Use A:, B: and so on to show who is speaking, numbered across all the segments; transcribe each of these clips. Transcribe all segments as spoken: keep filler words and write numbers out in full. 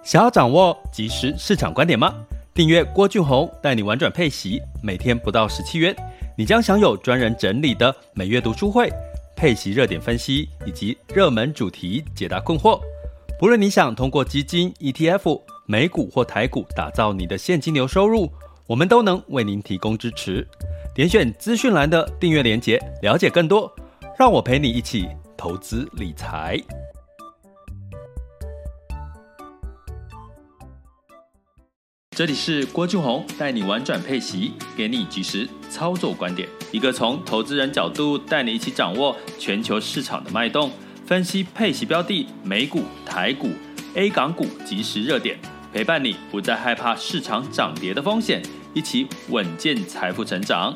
A: 想要掌握即时市场观点吗？订阅郭俊宏带你玩转配息，每天不到十七元，你将享有专人整理的每月读书会、配息热点分析以及热门主题解答困惑。不论你想通过基金、E T F、美股或台股打造你的现金流收入，我们都能为您提供支持。点选资讯栏的订阅连结，了解更多。让我陪你一起投资理财。这里是郭俊宏带你玩转配息，给你即时操作观点，一个从投资人角度带你一起掌握全球市场的脉动，分析配息标的、美股、台股、A 港股即时热点，陪伴你不再害怕市场涨跌的风险，一起稳健财富成长。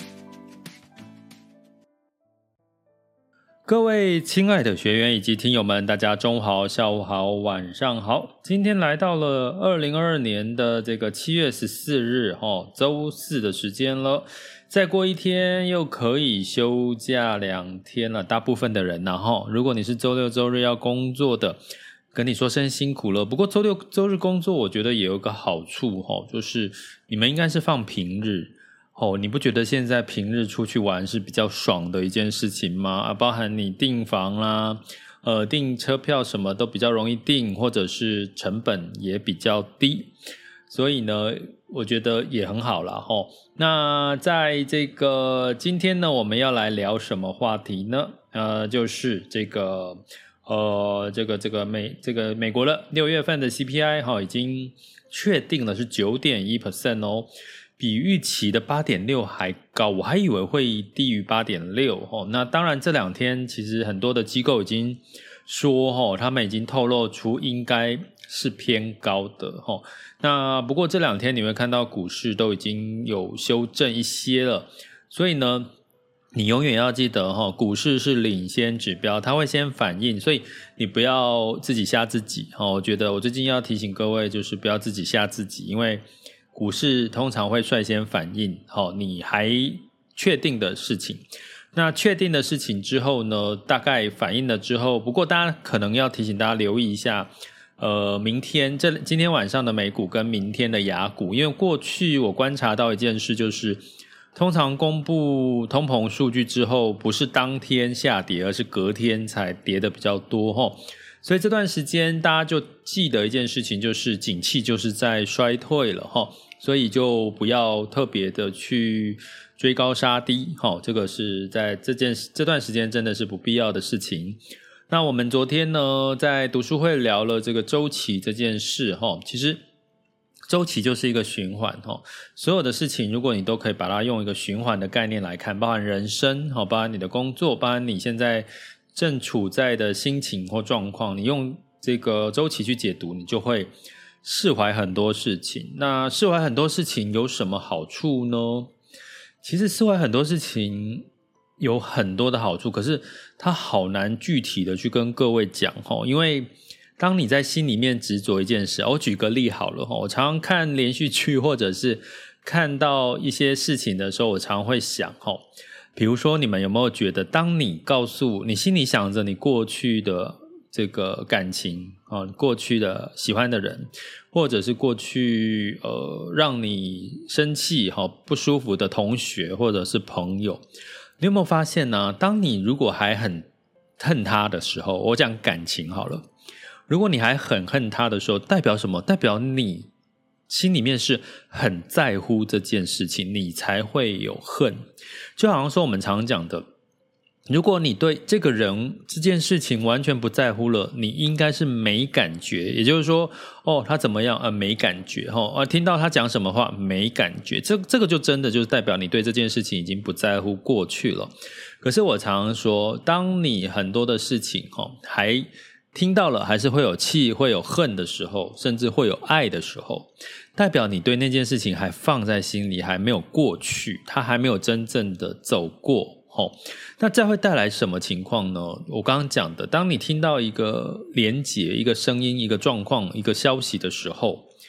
A: 各位亲爱的学员以及听友们，大家中午好、下午好、晚上好。今天来到了二零二二年的这个七月十四日齁，周四的时间了。再过一天又可以休假两天了，大部分的人啊齁，如果你是周六周日要工作的，跟你说声辛苦了。不过周六周日工作我觉得也有个好处齁，就是你们应该是放平日。哦，你不觉得现在平日出去玩是比较爽的一件事情吗？啊，包含你订房啦，呃，订车票什么都比较容易订，或者是成本也比较低，所以呢，我觉得也很好啦齁。那在这个今天呢，我们要来聊什么话题呢？呃，就是这个呃，这个这个美这个美国的六月份的 C P I 齁，已经确定了是 百分之九点一 哦。比预期的 八点六 还高，我还以为会低于 八点六 齁。那当然这两天其实很多的机构已经说齁，他们已经透露出应该是偏高的齁。那不过这两天你会看到股市都已经有修正一些了，所以呢你永远要记得齁，股市是领先指标，它会先反应，所以你不要自己吓自己齁。我觉得我最近要提醒各位就是不要自己吓自己，因为股市通常会率先反应齁你还确定的事情，那确定的事情之后呢，大概反应了之后，不过大家可能要提醒大家留意一下呃，明天这今天晚上的美股跟明天的亚股，因为过去我观察到一件事，就是通常公布通膨数据之后不是当天下跌，而是隔天才跌的比较多齁。所以这段时间大家就记得一件事情，就是景气就是在衰退了齁，所以就不要特别的去追高杀低齁，这个是在这件这段时间真的是不必要的事情。那我们昨天呢在读书会聊了这个周期这件事齁，其实周期就是一个循环齁，所有的事情如果你都可以把它用一个循环的概念来看，包含人生齁，包含你的工作，包含你现在正处在的心情或状况，你用这个周期去解读，你就会释怀很多事情。那释怀很多事情有什么好处呢？其实释怀很多事情有很多的好处，可是它好难具体的去跟各位讲齁，因为当你在心里面执着一件事，我举个例好了齁，我常常看连续剧或者是看到一些事情的时候，我常会想齁，比如说你们有没有觉得，当你告诉你心里想着你过去的这个感情啊，过去的喜欢的人，或者是过去呃让你生气哈不舒服的同学或者是朋友，你有没有发现呢？当你如果还很恨他的时候，我讲感情好了，如果你还很恨他的时候，代表什么？代表你心里面是很在乎这件事情，你才会有恨。就好像说我们常讲的，如果你对这个人这件事情完全不在乎了，你应该是没感觉，也就是说哦他怎么样呃没感觉齁、啊、听到他讲什么话没感觉，这这个就真的就是代表你对这件事情已经不在乎过去了。可是我常常说，当你很多的事情齁还听到了还是会有气会有恨的时候，甚至会有爱的时候，代表你对那件事情还放在心里，还没有过去，它还没有真正的走过齁。那这会带来什么情况呢？我刚刚讲的，当你听到一个连结一个声音一个状况一个消息的时候，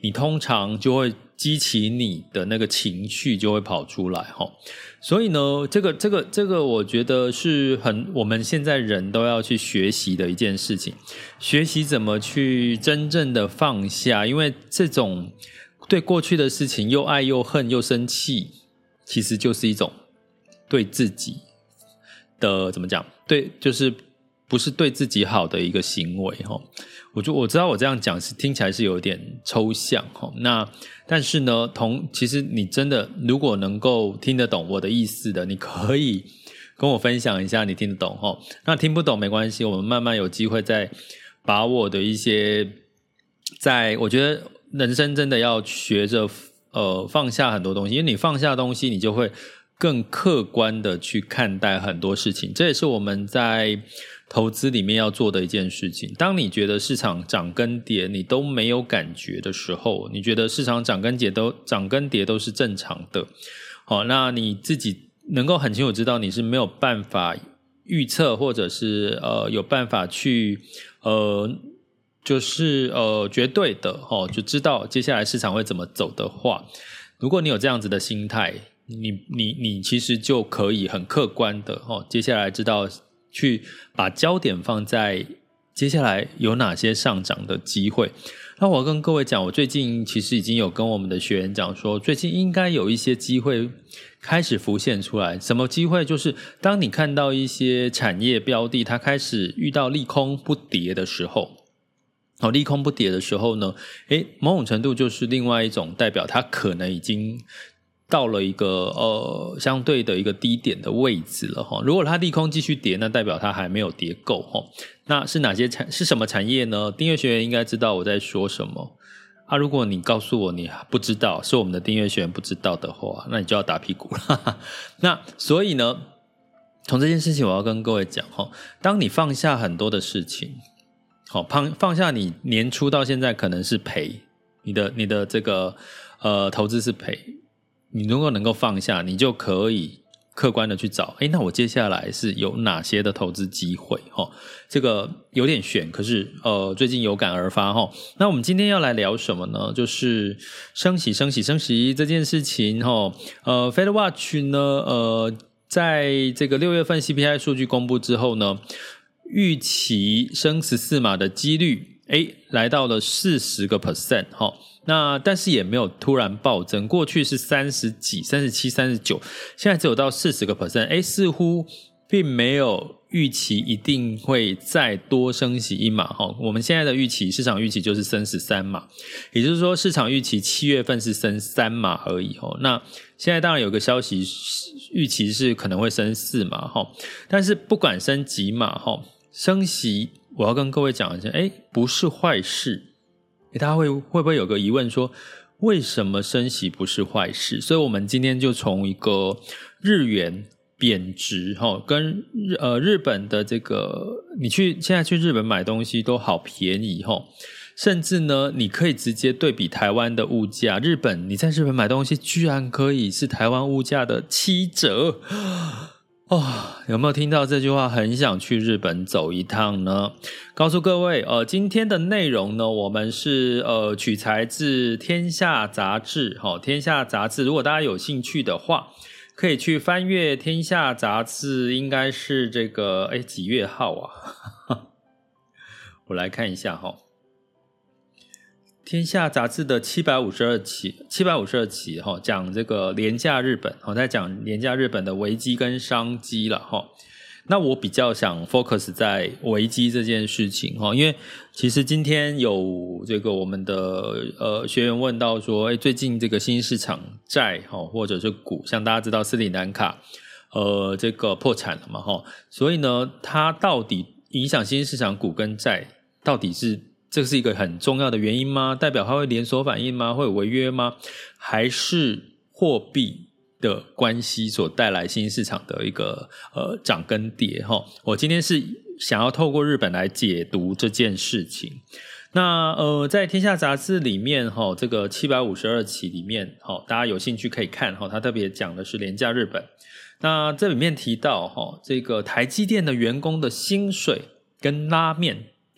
A: 你通常就会激起你的那个情绪就会跑出来齁。所以呢，这个这个这个我觉得是很我们现在人都要去学习的一件事情，学习怎么去真正的放下，因为这种对过去的事情又爱又恨又生气，其实就是一种对自己的怎么讲，对，就是不是对自己好的一个行为齁。我就我知道我这样讲是听起来是有点抽象齁，那但是呢，同其实你真的如果能够听得懂我的意思的，你可以跟我分享一下你听得懂齁。那听不懂没关系，我们慢慢有机会再把我的一些，在我觉得人生真的要学着呃放下很多东西，因为你放下东西，你就会更客观的去看待很多事情，这也是我们在投资里面要做的一件事情。当你觉得市场涨跟跌你都没有感觉的时候，你觉得市场涨跟跌都涨跟跌都是正常的，好，那你自己能够很清楚知道你是没有办法预测，或者是呃有办法去呃就是呃绝对的齁，就知道接下来市场会怎么走的话，如果你有这样子的心态，你你你其实就可以很客观的齁，接下来知道去把焦点放在接下来有哪些上涨的机会。那我跟各位讲，我最近其实已经有跟我们的学员讲说，最近应该有一些机会开始浮现出来。什么机会？就是当你看到一些产业标的它开始遇到利空不跌的时候，哦，利空不跌的时候呢，诶，某种程度就是另外一种代表它可能已经到了一个呃相对的一个低点的位置了齁。如果它利空继续跌，那代表它还没有跌够齁。那是哪些产是什么产业呢？订阅学员应该知道我在说什么啊。如果你告诉我你不知道，是我们的订阅学员不知道的话，那你就要打屁股了。那所以呢，从这件事情我要跟各位讲齁，当你放下很多的事情，好，放放下你年初到现在可能是赔，你的你的这个呃投资是赔。你如果能够放下，你就可以客观的去找，诶，那我接下来是有哪些的投资机会齁？这个有点悬，可是呃最近有感而发齁。那我们今天要来聊什么呢？就是升息升息升息这件事情齁。呃 Fed Watch 呢呃在这个六月份 C P I 数据公布之后呢，预期升十四码的几率诶来到了 百分之四十 齁。那但是也没有突然暴增，过去是三十几、三十七、三十九，现在只有到 百分之四十， 诶，似乎并没有预期一定会再多升息一码齁。我们现在的预期，市场预期就是升十三码，也就是说市场预期七月份是升三码而已齁。那现在当然有个消息预期是可能会升四码齁，但是不管升几码齁，升息我要跟各位讲一下，诶，不是坏事。大家会会不会有个疑问说，为什么升息不是坏事？所以我们今天就从一个日元贬值齁，跟日呃日本的这个，你去现在去日本买东西都好便宜齁，甚至呢你可以直接对比台湾的物价，日本你在日本买东西居然可以是台湾物价的七折。哦，有没有听到这句话很想去日本走一趟呢？告诉各位呃，今天的内容呢，我们是呃取材自天下杂志齁，天下杂志如果大家有兴趣的话，可以去翻阅天下杂志，应该是这个诶几月号啊？我来看一下齁。天下杂志的七百五十二期七百五十二期齁，讲这个廉价日本齁，在讲廉价日本的危机跟商机了齁。那我比较想 focus 在危机这件事情齁，因为其实今天有这个我们的呃学员问到说，诶，最近这个新市场债齁或者是股，像大家知道斯里兰卡呃这个破产了嘛齁，所以呢，它到底影响新市场股跟债到底是？这是一个很重要的原因吗？代表它会连锁反应吗？会有违约吗？还是货币的关系所带来新市场的一个呃涨跟跌齁？我今天是想要透过日本来解读这件事情。那呃，在天下杂志里面齁，这个七百五十二期里面齁，大家有兴趣可以看齁，它特别讲的是廉价日本。那这里面提到齁，这个台积电的员工的薪水跟拉面。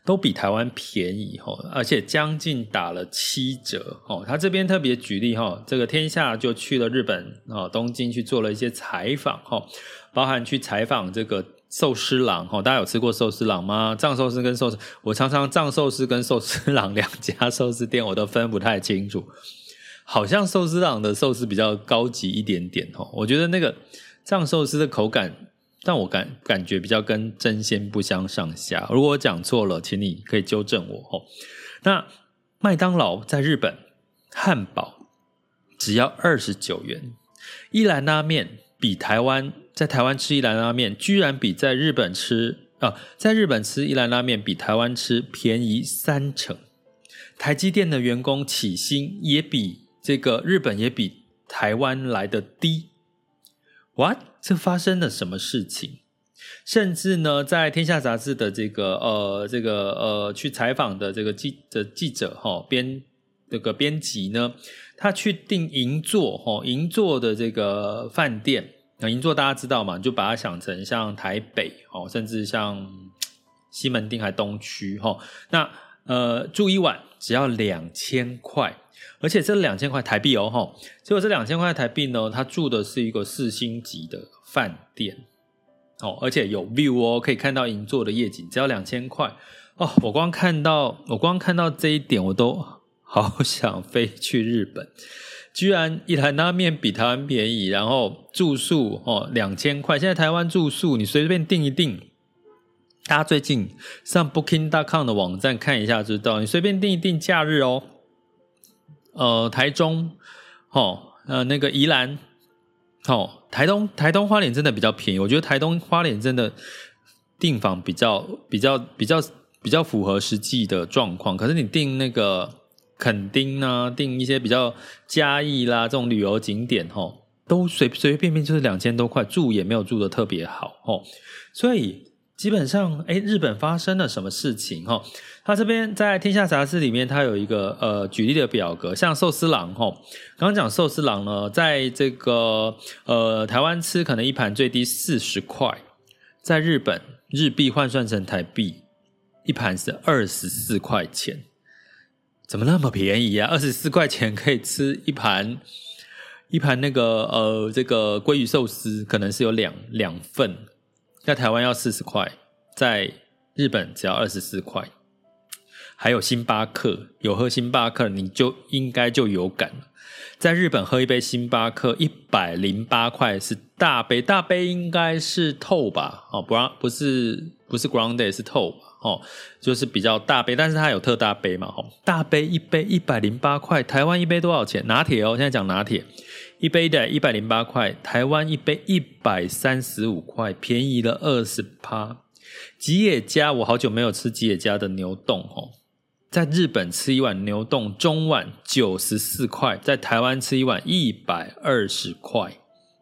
A: 都比台湾便宜，而且将近打了七折。他这边特别举例，这个天下就去了日本东京去做了一些采访，包含去采访这个寿司郎，大家有吃过寿司郎吗？藏寿司跟寿司，我常常藏寿司跟寿司郎两家寿司店我都分不太清楚，好像寿司郎的寿司比较高级一点点，我觉得那个藏寿司的口感但我感感觉比较跟真鲜不相上下，如果我讲错了请你可以纠正我。那麦当劳在日本汉堡只要二十九元，一兰拉面比台湾在台湾吃一兰拉面居然比在日本吃啊，在日本吃一兰拉面比台湾吃便宜三成。台积电的员工起薪也比这个日本也比台湾来的低。What？ 这发生了什么事情？甚至呢，在天下杂志的这个呃这个呃去采访的这个记的记者哈编这个编辑呢，他去订银座哈银座的这个饭店，那银座大家知道嘛，就把它想成像台北哦，甚至像西门町还东区哈，那呃住一晚只要两千块。而且这两千块台币哦齁，结果这两千块台币呢，他住的是一个四星级的饭店哦，而且有 view 哦，可以看到银座的夜景，只要两千块哦。我光看到我光看到这一点，我都好想飞去日本。居然一兰拉面比台湾便宜，然后住宿哦两千块，现在台湾住宿你随便订一订。大家最近上 booking dot com 的网站看一下就知道，你随便订一订假日哦。呃，台中，哦，呃，那个宜兰，哦，台东，台东花莲真的比较便宜。我觉得台东花莲真的订房比较比较比较比较符合实际的状况。可是你订那个垦丁啊，订一些比较嘉义啦这种旅游景点，哦，都随随随便便就是两千多块，住也没有住得特别好，哦，所以基本上，诶，日本发生了什么事情，哦？他这边在天下杂志里面，他有一个呃举例的表格，像寿司郎齁，刚刚讲寿司郎呢，在这个呃台湾吃可能一盘最低四十块，在日本日币换算成台币，一盘是二十四块钱，怎么那么便宜啊？二十四块钱可以吃一盘一盘那个呃这个鲑鱼寿司，可能是有两两份，在台湾要四十块，在日本只要二十四块。还有星巴克，有喝星巴克你就应该就有感了。在日本喝一杯星巴克一百零八块是大杯，大杯应该是透吧，哦，不不是不是 Grande 是透吧，哦，就是比较大杯，但是它有特大杯嘛，哦，大杯一杯一百零八块，台湾一杯多少钱？拿铁哦，现在讲拿铁，一杯的一百零八块，台湾一杯一百三十五块，便宜了 百分之二十。吉野家，我好久没有吃吉野家的牛冻哦。在日本吃一碗牛冻中碗九十四块，在台湾吃一碗一百二十块。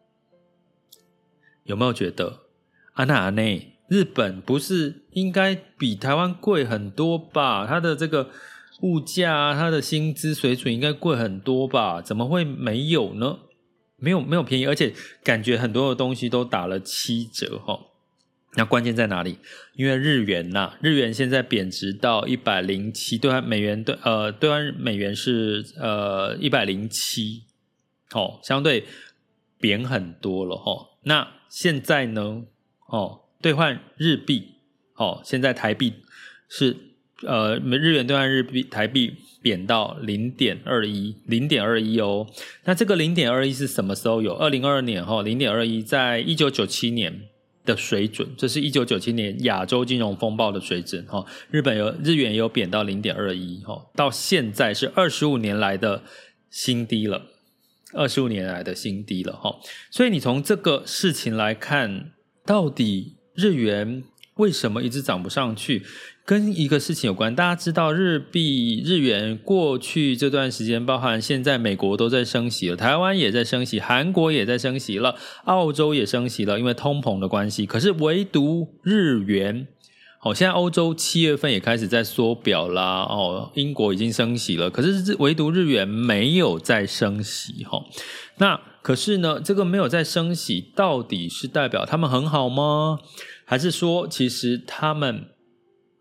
A: 有没有觉得啊那呢？日本不是应该比台湾贵很多吧？它的这个物价，它的薪资水准应该贵很多吧？怎么会没有呢？没有没有便宜，而且感觉很多的东西都打了七折齁。那关键在哪里？因为日元呐、啊，日元现在贬值到一百零七，兑换美元对呃兑换美元是呃一百零七，哦，相对贬很多了齁。那现在呢，哦，兑换日币，哦，现在台币是呃日元兑换日币台币贬到 零点二一 零点二一 哦。那这个 零点二一 是什么时候有？二零二二年齁 零点二一 在一九九七年的水准，这是一九九七年亚洲金融风暴的水准，日本有日元也有贬到 零点二一， 到现在是二十五年来的新低了，二十五年来的新低了。所以你从这个事情来看，到底日元为什么一直涨不上去，跟一个事情有关。大家知道日币日元过去这段时间，包含现在美国都在升息了，台湾也在升息，韩国也在升息了，澳洲也升息了，因为通膨的关系。可是唯独日元，哦，现在欧洲七月份也开始在缩表啦，哦，英国已经升息了，可是唯独日元没有在升息，哦，那可是呢，这个没有在升息，到底是代表他们很好吗？还是说其实他们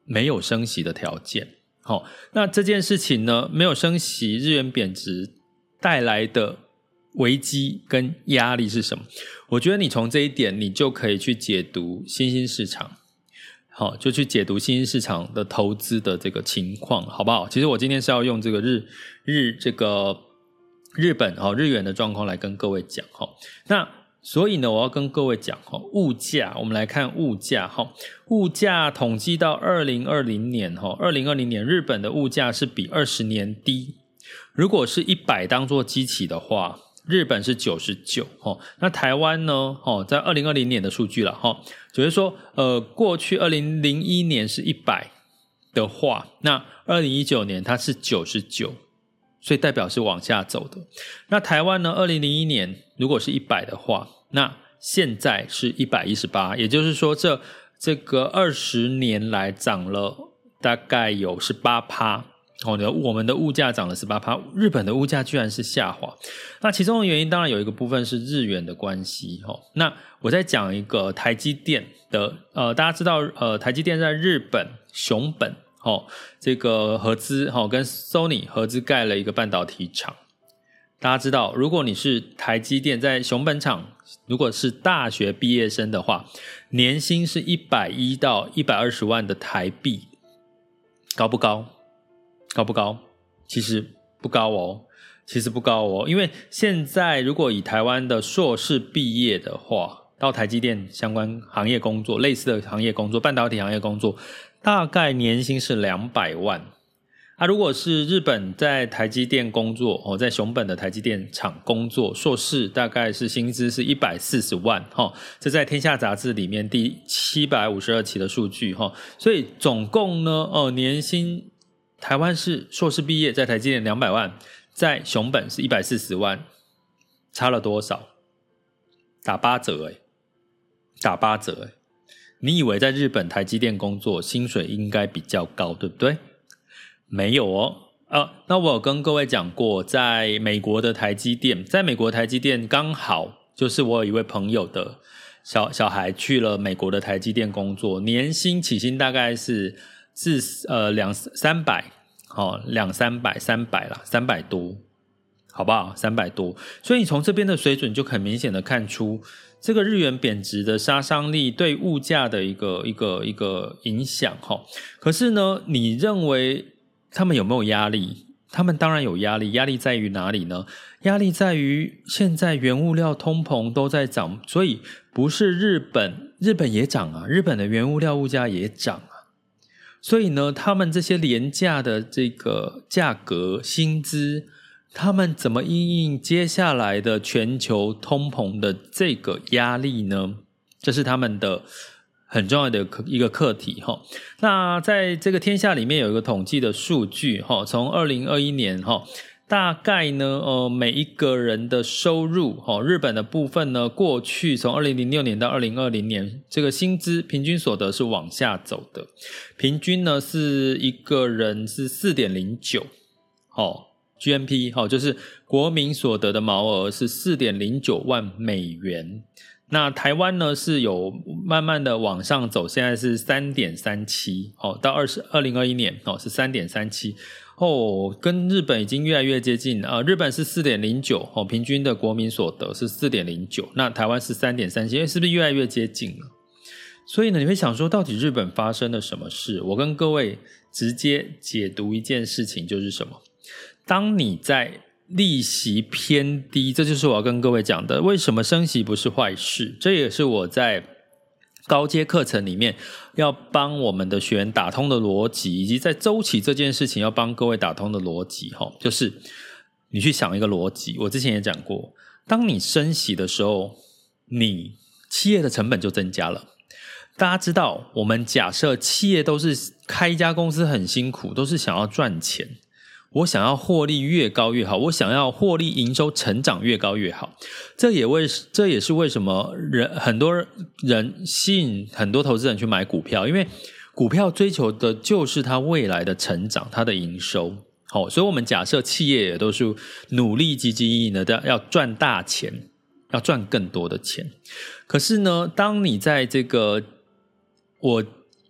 A: 没有升息的条件。好，那这件事情呢，没有升息，日元贬值带来的危机跟压力是什么？我觉得你从这一点，你就可以去解读新兴市场，好，就去解读新兴市场的投资的这个情况，好不好？其实我今天是要用这个日日这个日本哈日元的状况来跟各位讲哈。那所以呢，我要跟各位讲哈，物价，我们来看物价哈。物价统计到二零二零年哈，二零二零年日本的物价是比二十年低。如果是一百当作基期的话，日本是九十九齁，那台湾呢齁，在二零二零年的数据啦齁，就是说呃过去二零零一年是一百的话，那二零一九年它是九十九，所以代表是往下走的。那台湾呢二零零一年如果是一百的话，那现在是一百一十八，也就是说这这个二十年来涨了大概有 百分之十八。哦，我们的物价涨了 百分之十八， 日本的物价居然是下滑。那其中的原因当然有一个部分是日元的关系。哦，那我再讲一个台积电的，呃，大家知道，呃，台积电在日本熊本，哦，这个合资，哦，跟 Sony 合资盖了一个半导体厂。大家知道，如果你是台积电在熊本厂，如果是大学毕业生的话，年薪是一百一到一百二十万的台币，高不高？高不高？其实不高哦，其实不高哦，因为现在如果以台湾的硕士毕业的话，到台积电相关行业工作，类似的行业工作，半导体行业工作，大概年薪是两百万。啊，如果是日本在台积电工作，哦，在熊本的台积电厂工作，硕士大概是薪资是一百四十万，齁，这在天下杂志里面第七百五十二期的数据，齁，所以总共呢，哦，年薪台湾是硕士毕业在台积电两百万，在熊本是一百四十万，差了多少？打八折诶，打八折诶。你以为在日本台积电工作薪水应该比较高，对不对？没有哦。呃，那我有跟各位讲过，在美国的台积电，在美国台积电刚好就是我有一位朋友的小小孩去了美国的台积电工作，年薪起薪大概是至呃两三百，好两三百三百啦，三百多，好不好？三百多，所以你从这边的水准就很明显的看出，这个日元贬值的杀伤力对物价的一个一个一个影响哈。可是呢，你认为他们有没有压力？他们当然有压力，压力在于哪里呢？压力在于现在原物料通膨都在涨，所以不是日本，日本也涨啊，日本的原物料物价也涨啊。所以呢，他们这些廉价的这个价格、薪资，他们怎么因应接下来的全球通膨的这个压力呢？这是他们的很重要的一个课题齁。那在这个天下里面有一个统计的数据齁，从二零二一年齁，大概呢呃每一个人的收入齁，日本的部分呢，过去从二零零六年到二零二零年，这个薪资平均所得是往下走的，平均呢是一个人是 四点零九 齁。G N P 齁，就是国民所得的毛额是 四点零九万美元。那台湾呢是有慢慢的往上走，现在是 三点三七， 哦，到二零二一年哦是 三点三七， 哦，跟日本已经越来越接近啊、呃。日本是 四点零九， 哦，平均的国民所得是 四点零九， 那台湾是 三点三七， 是不是越来越接近了？所以呢，你会想说到底日本发生了什么事？我跟各位直接解读一件事情，就是什么？当你在利息偏低，这就是我要跟各位讲的，为什么升息不是坏事，这也是我在高阶课程里面要帮我们的学员打通的逻辑，以及在周期这件事情要帮各位打通的逻辑，就是你去想一个逻辑，我之前也讲过，当你升息的时候，你企业的成本就增加了。大家知道，我们假设企业都是开一家公司很辛苦，都是想要赚钱，我想要获利越高越好，我想要获利营收成长越高越好，这也为这也是为什么人很多人吸引很多投资人去买股票，因为股票追求的就是它未来的成长，它的营收。好，所以我们假设企业也都是努力积极营营的要赚大钱，要赚更多的钱。可是呢，当你在这个我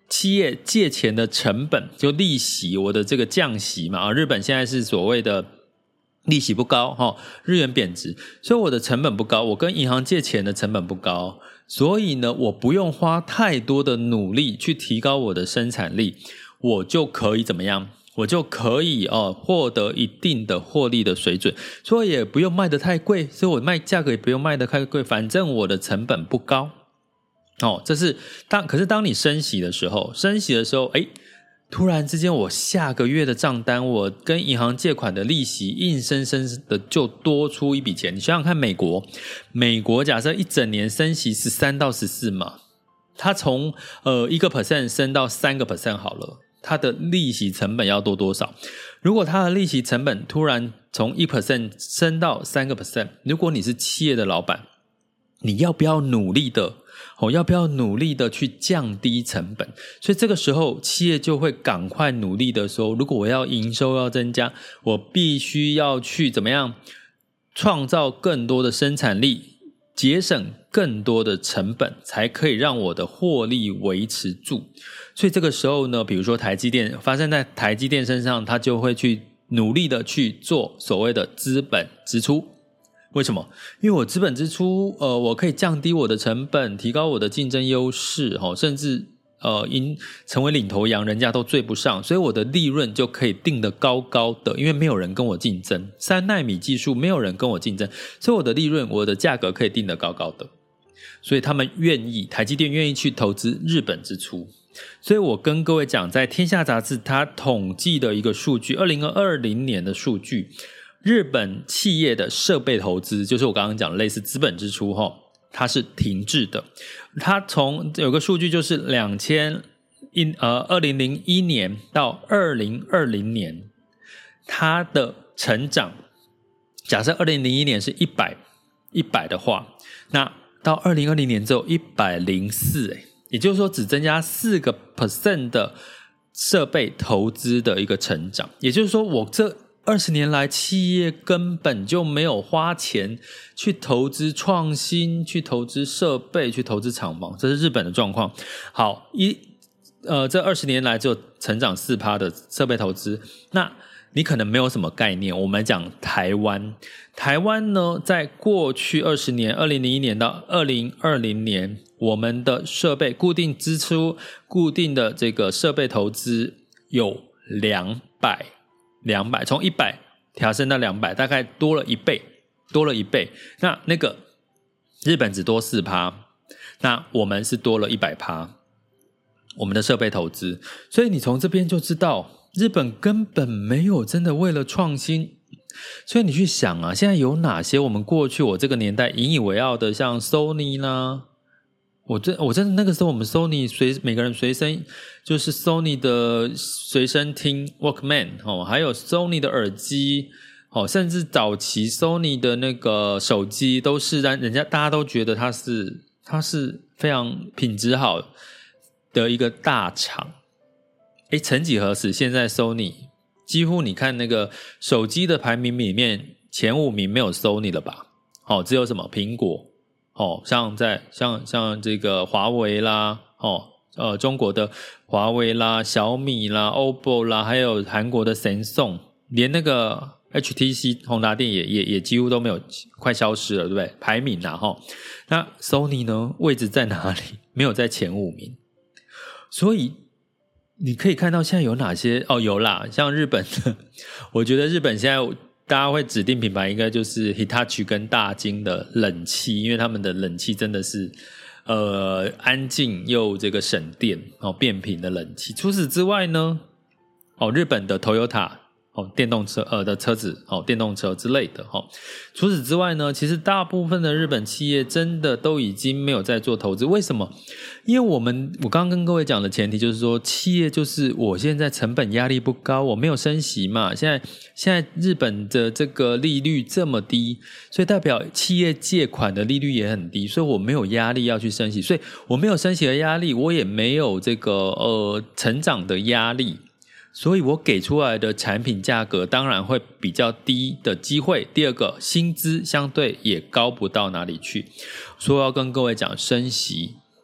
A: 企业借钱的成本，就利息，我的这个降息嘛，啊，日本现在是所谓的利息不高，哦，日元贬值，所以我的成本不高，我跟银行借钱的成本不高，所以呢，我不用花太多的努力去提高我的生产力，我就可以怎么样？我就可以哦获得一定的获利的水准，所以也不用卖得太贵，所以我卖价格也不用卖得太贵，反正我的成本不高。哦，这是当可是当你升息的时候，升息的时候，诶，突然之间我下个月的账单，我跟银行借款的利息硬生生的就多出一笔钱。你想想看，美国，美国假设一整年升息十三到十四嘛，它从呃一个 percent 升到三个 percent 好了。它的利息成本要多多少？如果它的利息成本突然从 百分之一 升到 百分之三， 如果你是企业的老板，你要不要努力的哦，要不要努力的去降低成本？所以这个时候企业就会赶快努力的说，如果我要营收要增加，我必须要去怎么样创造更多的生产力，节省更多的成本，才可以让我的获利维持住。所以这个时候呢，比如说台积电发生在台积电身上，它就会去努力的去做所谓的资本支出。为什么？因为我资本支出，呃，我可以降低我的成本，提高我的竞争优势，哦，甚至呃，因成为领头羊，人家都追不上，所以我的利润就可以定得高高的，因为没有人跟我竞争，三奈米技术没有人跟我竞争，所以我的利润，我的价格可以定得高高的，所以他们愿意，台积电愿意去投资日本支出。所以我跟各位讲，在天下杂志它统计的一个数据，二零二零年的数据，日本企业的设备投资，就是我刚刚讲的类似资本支出，它是停滞的。它从有个数据就是两千呃二零零一年到二零二零年，它的成长，假设二零零一年是一百一百的话，那到二零二零年只有一百零四，诶也就是说只增加 百分之四 的设备投资的一个成长。也就是说我这二十年来企业根本就没有花钱去投资创新，去投资设备，去投资厂房，这是日本的状况。好，一呃这二十年来只有成长 百分之四 的设备投资。那你可能没有什么概念，我们讲台湾，台湾呢在过去二十年，二零零一年到二零二零年，我们的设备固定支出，固定的这个设备投资有两百，两百从一百调升到两百，大概多了一倍，多了一倍。那那个日本只多 百分之四， 那我们是多了 百分之百， 我们的设备投资。所以你从这边就知道日本根本没有真的为了创新。所以你去想啊，现在有哪些我们过去我这个年代引以为傲的，像 Sony 啦，我真我真的那个时候我们 Sony 随每个人随身就是 Sony 的随身听 Walkman，哦，还有 Sony 的耳机，哦，甚至早期 Sony 的那个手机都是让人家大家都觉得它是它是非常品质好的一个大厂。诶，曾几何时，现在 Sony 几乎你看那个手机的排名里面前五名没有 Sony 了吧？哦，只有什么苹果，哦，像在像像这个华为啦，哦，呃，中国的华为啦、小米啦、O P P O 啦，还有韩国的 Samsung， 连那个 H T C 宏达电也也也几乎都没有，快消失了，对不对？排名啦，哈，那 Sony 呢，位置在哪里？没有在前五名，所以。你可以看到现在有哪些哦，有啦，像日本的，我觉得日本现在大家会指定品牌应该就是 Hitachi 跟大金的冷气，因为他们的冷气真的是呃安静又这个省电哦，变频的冷气。除此之外呢，哦，日本的 Toyota 哦，电动车呃的车子哦，电动车之类的哈、哦。除此之外呢，其实大部分的日本企业真的都已经没有在做投资。为什么？因为我们我刚刚跟各位讲的前提就是说，企业就是我现在成本压力不高，我没有升息嘛。现在现在日本的这个利率这么低，所以代表企业借款的利率也很低，所以我没有压力要去升息，所以我没有升息的压力，我也没有这个呃成长的压力。所以我给出来的产品价格当然会比较低的机会。第二个，薪资相对也高不到哪里去。所以我要跟各位讲，升息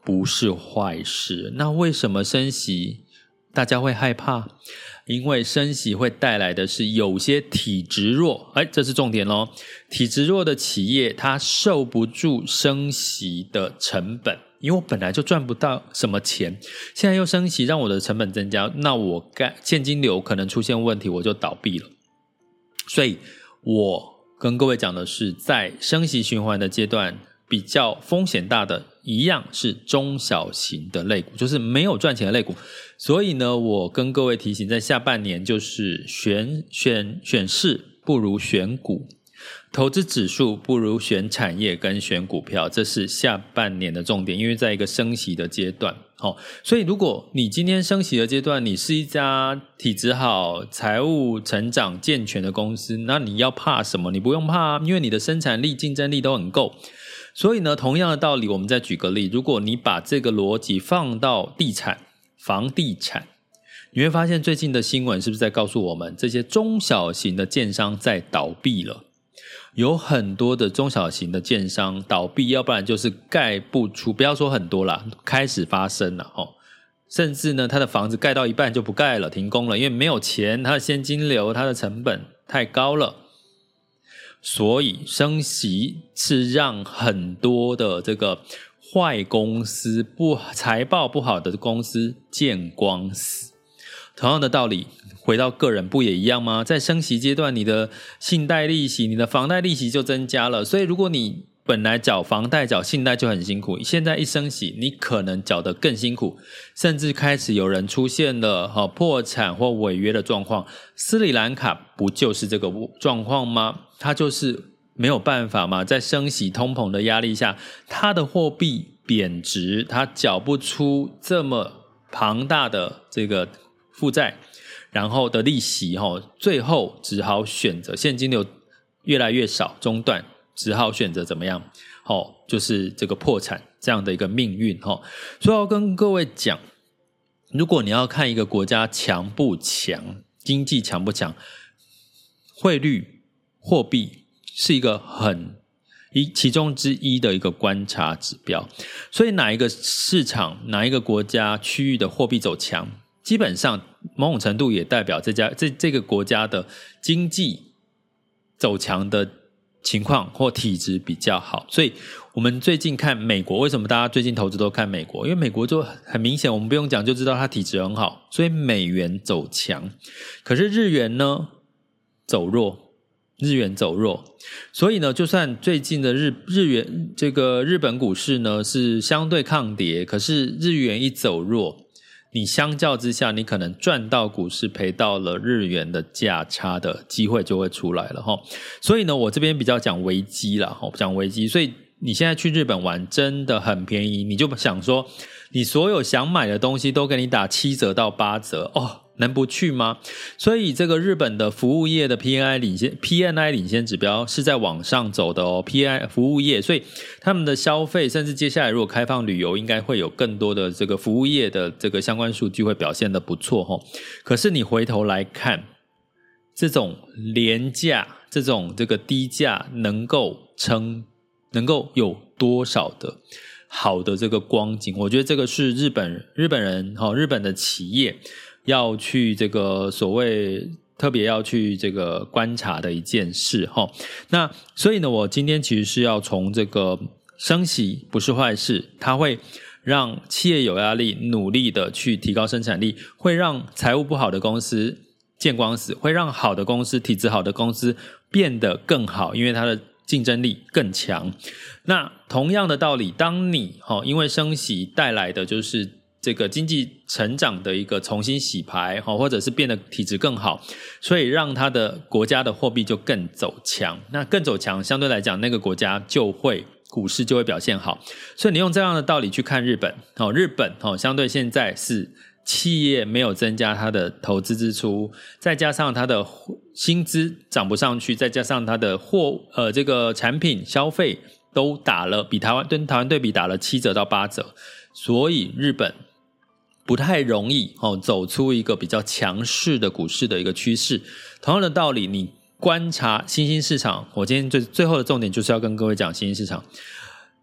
A: 不是坏事。那为什么升息大家会害怕？因为升息会带来的是有些体质弱，哎，这是重点咯。体质弱的企业它受不住升息的成本，因为我本来就赚不到什么钱，现在又升息让我的成本增加，那我现金流可能出现问题，我就倒闭了。所以我跟各位讲的是，在升息循环的阶段，比较风险大的一样是中小型的类股，就是没有赚钱的类股。所以呢，我跟各位提醒，在下半年就是选选选市不如选股，投资指数不如选产业跟选股票，这是下半年的重点，因为在一个升息的阶段。哦，所以如果你今天升息的阶段，你是一家体质好、财务成长健全的公司，那你要怕什么？你不用怕啊，因为你的生产力、竞争力都很够。所以呢，同样的道理，我们再举个例，如果你把这个逻辑放到地产、房地产，你会发现最近的新闻是不是在告诉我们，这些中小型的建商在倒闭了？有很多的中小型的建商倒闭，要不然就是盖不出，不要说很多啦，开始发生了齁。甚至呢，他的房子盖到一半就不盖了，停工了，因为没有钱，他的现金流、他的成本太高了。所以升息是让很多的这个坏公司、不财报不好的公司见光死。同样的道理，回到个人不也一样吗？在升息阶段，你的信贷利息、你的房贷利息就增加了，所以如果你本来缴房贷、缴信贷就很辛苦，现在一升息，你可能缴得更辛苦，甚至开始有人出现了、哦、破产或违约的状况。斯里兰卡不就是这个状况吗？它就是没有办法嘛，在升息通膨的压力下，它的货币贬值，它缴不出这么庞大的这个负债，然后的利息、哦、最后只好选择现金流越来越少，中断，只好选择怎么样、哦、就是这个破产这样的一个命运、哦、所以要跟各位讲，如果你要看一个国家强不强，经济强不强，汇率、货币是一个很一其中之一的一个观察指标。所以哪一个市场、哪一个国家区域的货币走强，基本上某种程度也代表这家这这个国家的经济走强的情况或体质比较好。所以我们最近看美国，为什么大家最近投资都看美国？因为美国就很明显，我们不用讲就知道它体质很好，所以美元走强。可是日元呢走弱，日元走弱，所以呢，就算最近的日日元这个日本股市呢是相对抗跌，可是日元一走弱，你相较之下，你可能赚到股市，赔到了日元的价差的机会就会出来了齁。所以呢，我这边比较讲危机啦齁，讲危机。所以你现在去日本玩真的很便宜，你就想说，你所有想买的东西都给你打七折到八折哦。能不去吗？所以这个日本的服务业的 P M I 领先 P M I 领先指标是在往上走的哦 P M I 服务业，所以他们的消费，甚至接下来如果开放旅游，应该会有更多的这个服务业的这个相关数据会表现得不错齁。可是你回头来看，这种廉价、这种这个低价能够撑，能够有多少的好的这个光景？我觉得这个是日本日本人齁，日本的企业要去这个所谓特别要去这个观察的一件事齁。那所以呢，我今天其实是要从这个升息不是坏事，它会让企业有压力，努力的去提高生产力，会让财务不好的公司见光死，会让好的公司、体质好的公司变得更好，因为它的竞争力更强。那同样的道理，当你齁因为升息带来的就是这个经济成长的一个重新洗牌，或者是变得体质更好，所以让它的国家的货币就更走强。那更走强，相对来讲那个国家就会股市就会表现好。所以你用这样的道理去看日本，日本相对现在是企业没有增加它的投资支出，再加上它的薪资涨不上去，再加上它的货呃这个产品消费都打了比台湾跟台湾对比打了七折到八折，所以日本不太容易、哦、走出一个比较强势的股市的一个趋势。同样的道理，你观察新兴市场，我今天最最后的重点就是要跟各位讲新兴市场。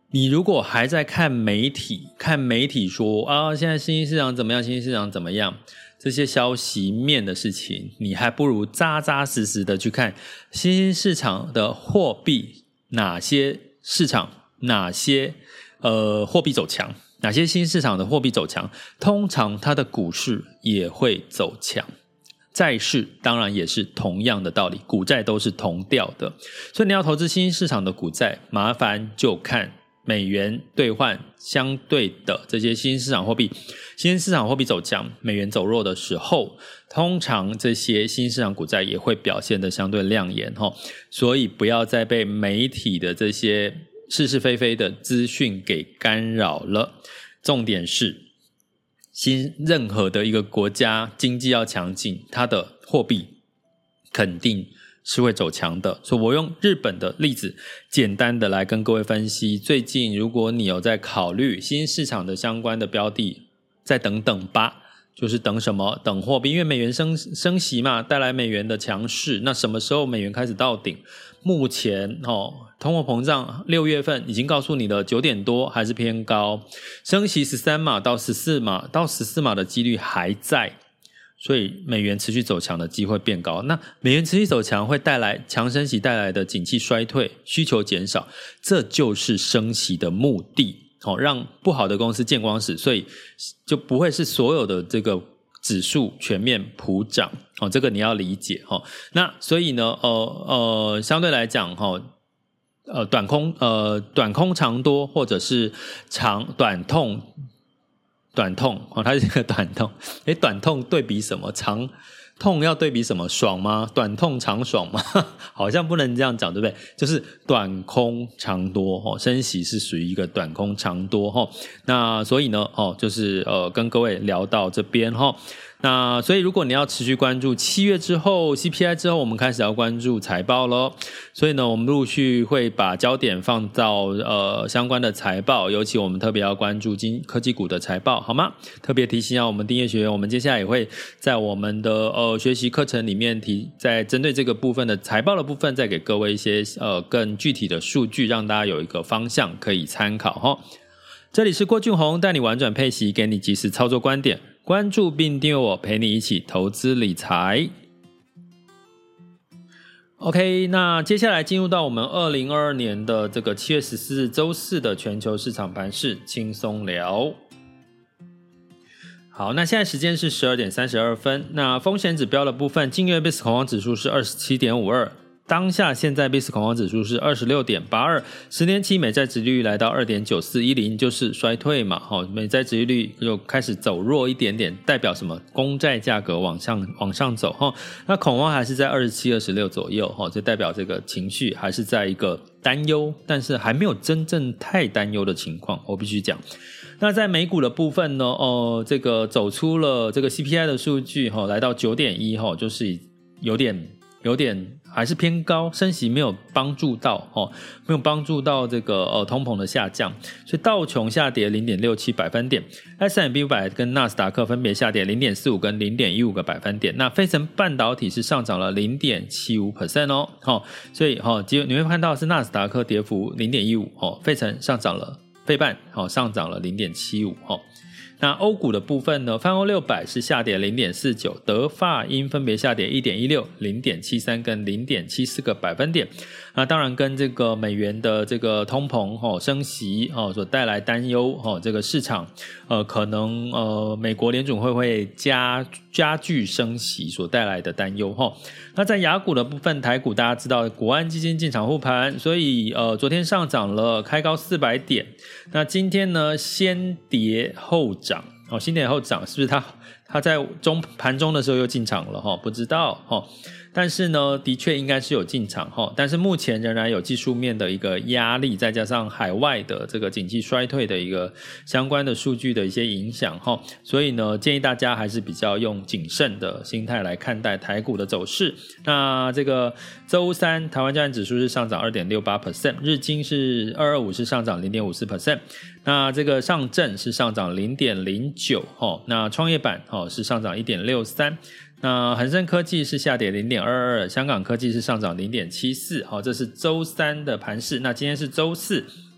A: 你如果还在看媒体，看媒体说啊，现在新兴市场怎么样，新兴市场怎么样，这些消息面的事情，你还不如扎扎实实的去看新兴市场的货币，哪些市场，哪些呃货币走强，哪些新市场的货币走强，通常它的股市也会走强。债市当然也是同样的道理，股债都是同调的，所以你要投资新兴市场的股债，麻烦就看美元兑换相对的这些新兴市场货币，新兴市场货币走强，美元走弱的时候，通常这些新兴市场股债也会表现得相对亮眼，所以不要再被媒体的这些是是非非的资讯给干扰了。重点是新任何的一个国家经济要强劲，它的货币肯定是会走强的。所以我用日本的例子简单的来跟各位分析，最近如果你有在考虑新市场的相关的标的，再等等吧。就是等什么？等货币，因为美元升升息嘛，带来美元的强势。那什么时候美元开始到顶？目前哦，通货膨胀六月份已经告诉你了，九点多还是偏高。升息十三码到十四码到十四码的几率还在，所以美元持续走强的机会变高。那美元持续走强会带来强升息带来的景气衰退，需求减少，这就是升息的目的。哦，让不好的公司见光死，所以就不会是所有的这个指数全面普涨。哦，这个你要理解。哦，那所以呢，呃呃，相对来讲，哈，呃，短空呃短空长多，或者是长短痛短痛，哦，它是一个短痛。诶，短痛对比什么？长痛要对比什么？爽吗？短痛长爽吗？好像不能这样讲，对不对？就是短空长多，哦，升息是属于一个短空长多，哦，那所以呢，哦，就是呃跟各位聊到这边，哦，那所以如果你要持续关注七月之后 C P I 之后，我们开始要关注财报咯。所以呢，我们陆续会把焦点放到呃相关的财报，尤其我们特别要关注金科技股的财报，好吗？特别提醒啊，我们订阅学员，我们接下来也会在我们的呃学习课程里面提，在针对这个部分的财报的部分，再给各位一些呃更具体的数据，让大家有一个方向可以参考齁。这里是郭俊宏，带你玩转配息，给你及时操作观点。关注并订阅我，陪你一起投资理财。OK， 那接下来进入到我们二零二二年的这个七月十四日周四的全球市场盘势轻松聊。好，那现在时间是十二点三十二分。那风险指标的部分，近月 B I S 恐慌指数是 二十七点五二， 当下现在 B I S 恐慌指数是 二十六点八二， 十年期美债殖利率来到 二点九四一零， 就是衰退嘛，美债殖利率又开始走弱一点点，代表什么？公债价格往上往上走，那恐慌还是在二十七、二十六左右，就代表这个情绪还是在一个担忧，但是还没有真正太担忧的情况，我必须讲。那在美股的部分呢，哦，这个走出了这个 C P I 的数据，哦，来到 九点一，哦，就是有点有点还是偏高，升息没有帮助到，哦，没有帮助到这个呃通膨的下降，所以道琼下跌 零点六七 百分点， S and P 五百 跟纳斯达克分别下跌 零点四五 跟 零点一五 个百分点。那费城半导体是上涨了 零点七五 percent 哦，哦，所以哦，你会看到是纳斯达克跌幅 零点一五，哦，费城上涨了，费半，哦，上涨了 零点七五，哦。那欧股的部分呢，泛欧六百是下跌 零点四九， 德法英分别下跌 一点一六、零点七三 跟 零点七四 个百分点。那当然跟这个美元的这个通膨，哦，升息，哦，所带来担忧，哦，这个市场呃可能呃美国联准会会加加剧升息所带来的担忧，哦。那在亚股的部分，台股大家知道国安基金进场护盘，所以呃昨天上涨了，开高四百点。那今天呢先跌后涨，哦，先跌后涨，是不是它它在中盘中的时候又进场了，哦，不知道，哦。但是呢的确应该是有进场，但是目前仍然有技术面的一个压力，再加上海外的这个景气衰退的一个相关的数据的一些影响，所以呢建议大家还是比较用谨慎的心态来看待台股的走势。那这个周三台湾加权指数是上涨 二点六八 percent， 日经是二二五是上涨 零点五四 percent， 那这个上证是上涨 零点零九， 那创业板是上涨 一点六三，那恒生科技是下跌 零点二二， 香港科技是上涨 零点七四， 这是周三的盘势。那今天是周四，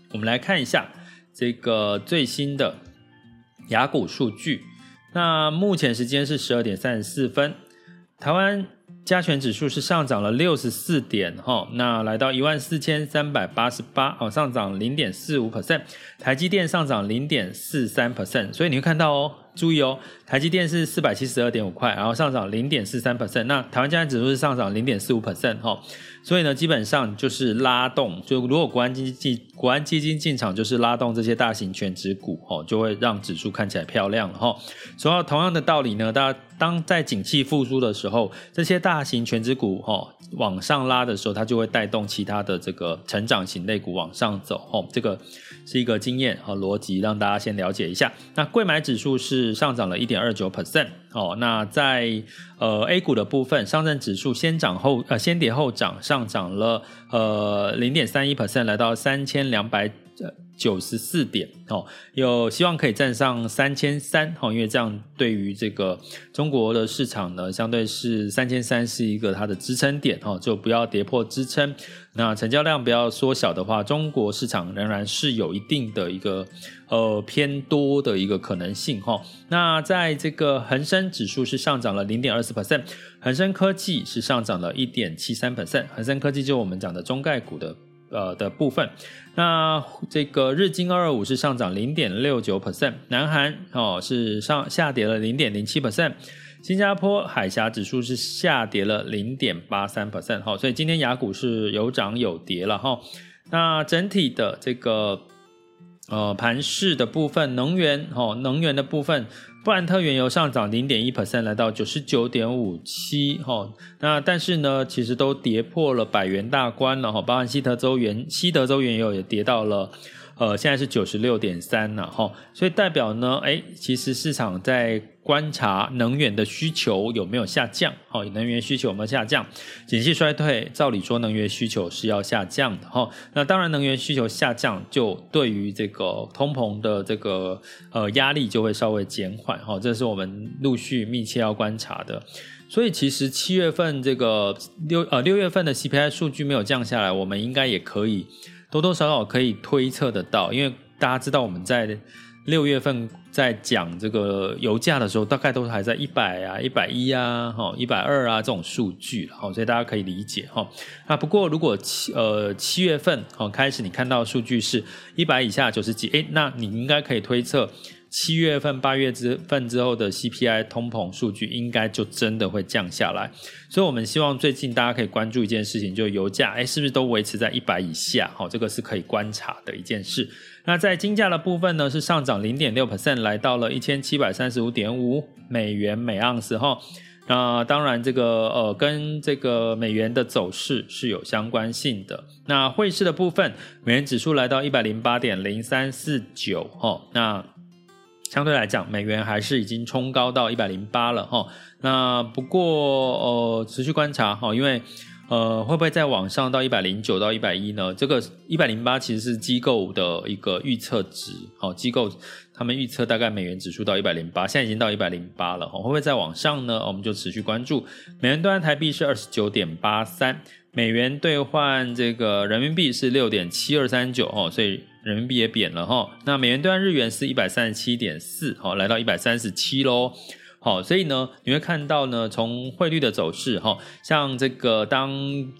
A: 我们来看一下这个最新的雅股数据。那目前时间是十二点三十四分，台湾加权指数是上涨了六十四点，那来到 一万四千三百八十八， 上涨 百分之零点四五， 台积电上涨 百分之零点四三， 所以你会看到哦，注意哦，台积电是 四百七十二点五块，然后上涨 百分之零点四三， 那台湾加权指数是上涨 百分之零点四五， 所以呢基本上就是拉动，就如果国安基金国安基金进场，就是拉动这些大型权值股，就会让指数看起来漂亮。所以同样的道理呢，大家当在景气复苏的时候，这些大型权值股往上拉的时候，它就会带动其他的这个成长型类股往上走，这个是一个经验和逻辑，让大家先了解一下。那柜买指数是上涨了 百分之一点二九， 哦，那在呃 A 股的部分，上证指数先涨后呃先跌后涨，上涨了呃 百分之零点三一， 来到三千两百九十四点，哦，有希望可以站上三千三百，哦，因为这样对于这个中国的市场呢，相对是三千三百是一个它的支撑点，哦，就不要跌破支撑。那成交量不要缩小的话，中国市场仍然是有一定的一个呃偏多的一个可能性，哦。那在这个恒生指数是上涨了 百分之零点二四， 恒生科技是上涨了 百分之一点七三， 恒生科技就是我们讲的中概股的呃的部分。那这个日经二二五是上涨 百分之零点六九， 南韩，哦，是上下跌了 百分之零点零七， 新加坡海峡指数是下跌了 百分之零点八三， 所以今天雅股是有涨有跌了。那整体的这个呃盘势的部分，能源，哦，能源的部分，布兰特原油上涨 零点一， 来到 九十九点五七， 那但是呢其实都跌破了百元大关了，包含西德州原西德州原油也跌到了呃现在是 九十六点三 了，所以代表呢诶其实市场在观察能源的需求有没有下降，哦，能源需求有没有下降，景气衰退照理说能源需求是要下降的，哦，那当然能源需求下降就对于这个通膨的这个呃压力就会稍微减缓，哦，这是我们陆续密切要观察的。所以其实七月份这个六呃六月份的 C P I 数据没有降下来，我们应该也可以多多少少可以推测得到，因为大家知道我们在六月份在讲这个油价的时候，大概都还在一百啊、一百一啊、一百二啊这种数据，所以大家可以理解。那不过如果七呃七月份开始你看到数据是一百以下九十几，诶，那你应该可以推测七月份八月份之后的 C P I 通膨数据应该就真的会降下来。所以我们希望最近大家可以关注一件事情，就是油价诶是不是都维持在一百以下，这个是可以观察的一件事。那在金价的部分呢，是上涨 零点六， 来到了 一千七百三十五点五美元每盎司。那当然这个呃跟这个美元的走势是有相关性的。那汇市的部分，美元指数来到 一百零八点零三四九， 那相对来讲美元还是已经冲高到一百零八了。那不过呃持续观察，因为呃，会不会再往上到一百零九到一百一呢？这个一百零八其实是机构的一个预测值，好，机构他们预测大概美元指数到一百零八，现在已经到一百零八了，会不会再往上呢？我们就持续关注。美元兑换台币是 二十九点八三， 美元兑换这个人民币是 六点七二三九， 所以人民币也贬了。那美元兑换日元是 一百三十七点四， 来到一百三十七咯。好，所以呢你会看到呢从汇率的走势，像这个当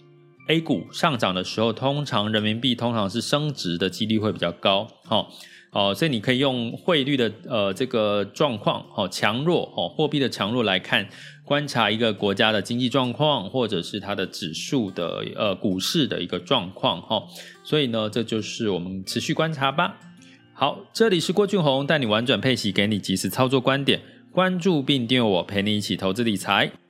A: A 股上涨的时候，通常人民币通常是升值的几率会比较高。哦，所以你可以用汇率的呃这个状况，哦，强弱，哦，货币的强弱来看，观察一个国家的经济状况，或者是它的指数的呃股市的一个状况，哦，所以呢这就是我们持续观察吧。好，这里是郭俊宏，带你玩转配息，给你及时操作观点，关注并订阅我，陪你一起投资理财。